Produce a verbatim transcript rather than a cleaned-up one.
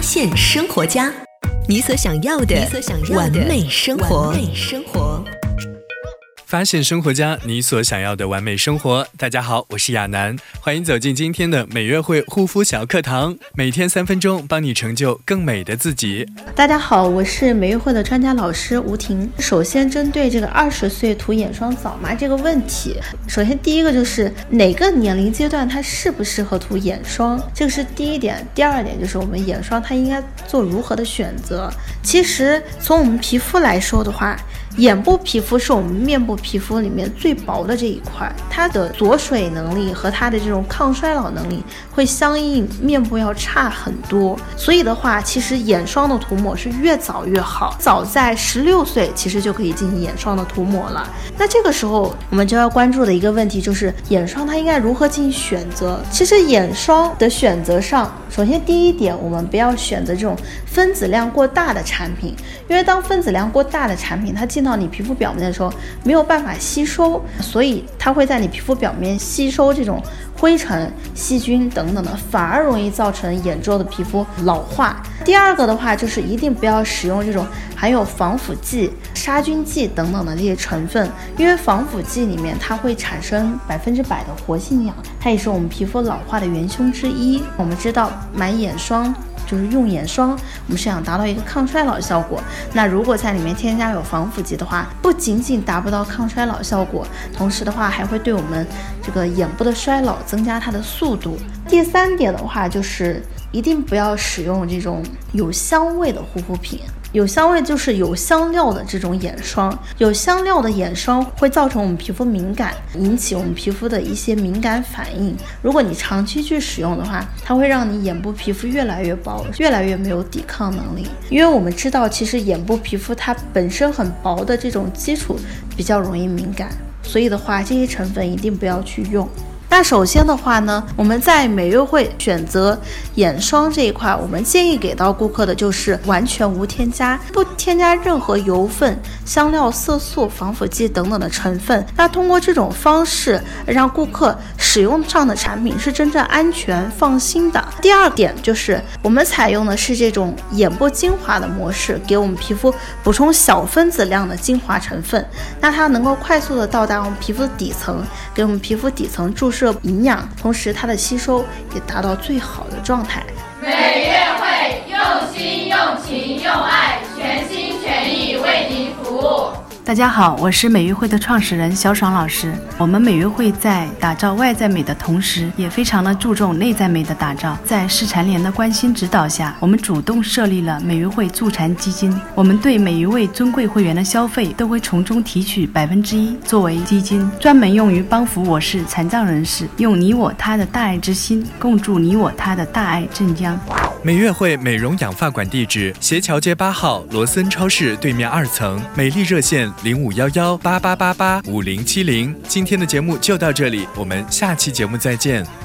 现生活家，你所想要的完美生活。完美生活发现生活家，你所想要的完美生活。大家好，我是亚楠，欢迎走进今天的美约会护肤小课堂，每天三分钟，帮你成就更美的自己。 大家好，我是美约会的专家老师吴婷。首先，针对这个二十岁涂眼霜早吗这个问题，首先第一个就是哪个年龄阶段它适不适合涂眼霜，这个是第一点。第二点就是我们眼霜它应该做如何的选择。其实从我们皮肤来说的话，眼部皮肤是我们面部皮肤里面最薄的这一块，它的锁水能力和它的这种抗衰老能力会相应面部要差很多。所以的话，其实眼霜的涂抹是越早越好，早在十六岁其实就可以进行眼霜的涂抹了。那这个时候我们就要关注的一个问题就是眼霜它应该如何进行选择。其实眼霜的选择上，首先第一点，我们不要选择这种分子量过大的产品，因为当分子量过大的产品它进到你皮肤表面的时候没有办法吸收，所以它会在你皮肤表面吸收这种灰尘、细菌等等的，反而容易造成眼周的皮肤老化。第二个的话就是一定不要使用这种含有防腐剂、杀菌剂等等的这些成分，因为防腐剂里面它会产生百分之百的活性氧，它也是我们皮肤老化的元凶之一。我们知道买眼霜就是用眼霜，我们是想达到一个抗衰老效果。那如果在里面添加有防腐剂的话，不仅仅达不到抗衰老效果，同时的话还会对我们这个眼部的衰老增加它的速度。第三点的话就是一定不要使用这种有香味的护肤品。有香味就是有香料的这种眼霜，有香料的眼霜会造成我们皮肤敏感，引起我们皮肤的一些敏感反应。如果你长期去使用的话，它会让你眼部皮肤越来越薄，越来越没有抵抗能力。因为我们知道其实眼部皮肤它本身很薄的这种基础比较容易敏感，所以的话这些成分一定不要去用。那首先的话呢，我们在美约会选择眼霜这一块，我们建议给到顾客的就是完全无添加，不添加任何油分、香料、色素、防腐剂等等的成分。那通过这种方式让顾客使用上的产品是真正安全放心的。第二点就是我们采用的是这种眼部精华的模式，给我们皮肤补充小分子量的精华成分，那它能够快速的到达我们皮肤底层，给我们皮肤底层注射营养，同时它的吸收也达到最好的状态。 美约会用心用情用爱，全心全意为您服务。 大家好，我是美约会的创始人小爽老师。我们美约会在打造外在美的同时，也非常的注重内在美的打造。在市残联的关心指导下，我们主动设立了美约会助残基金。我们对每一位尊贵会员的消费都会从中提取百分之一作为基金，专门用于帮扶我市残障人士，用你我他的大爱之心，共筑你我他的大爱镇江。 美约会美容养发馆地址：协桥街八号罗森超市对面二层，美丽热线零五幺幺八八八八五零七零。今天的节目就到这里，我们下期节目再见。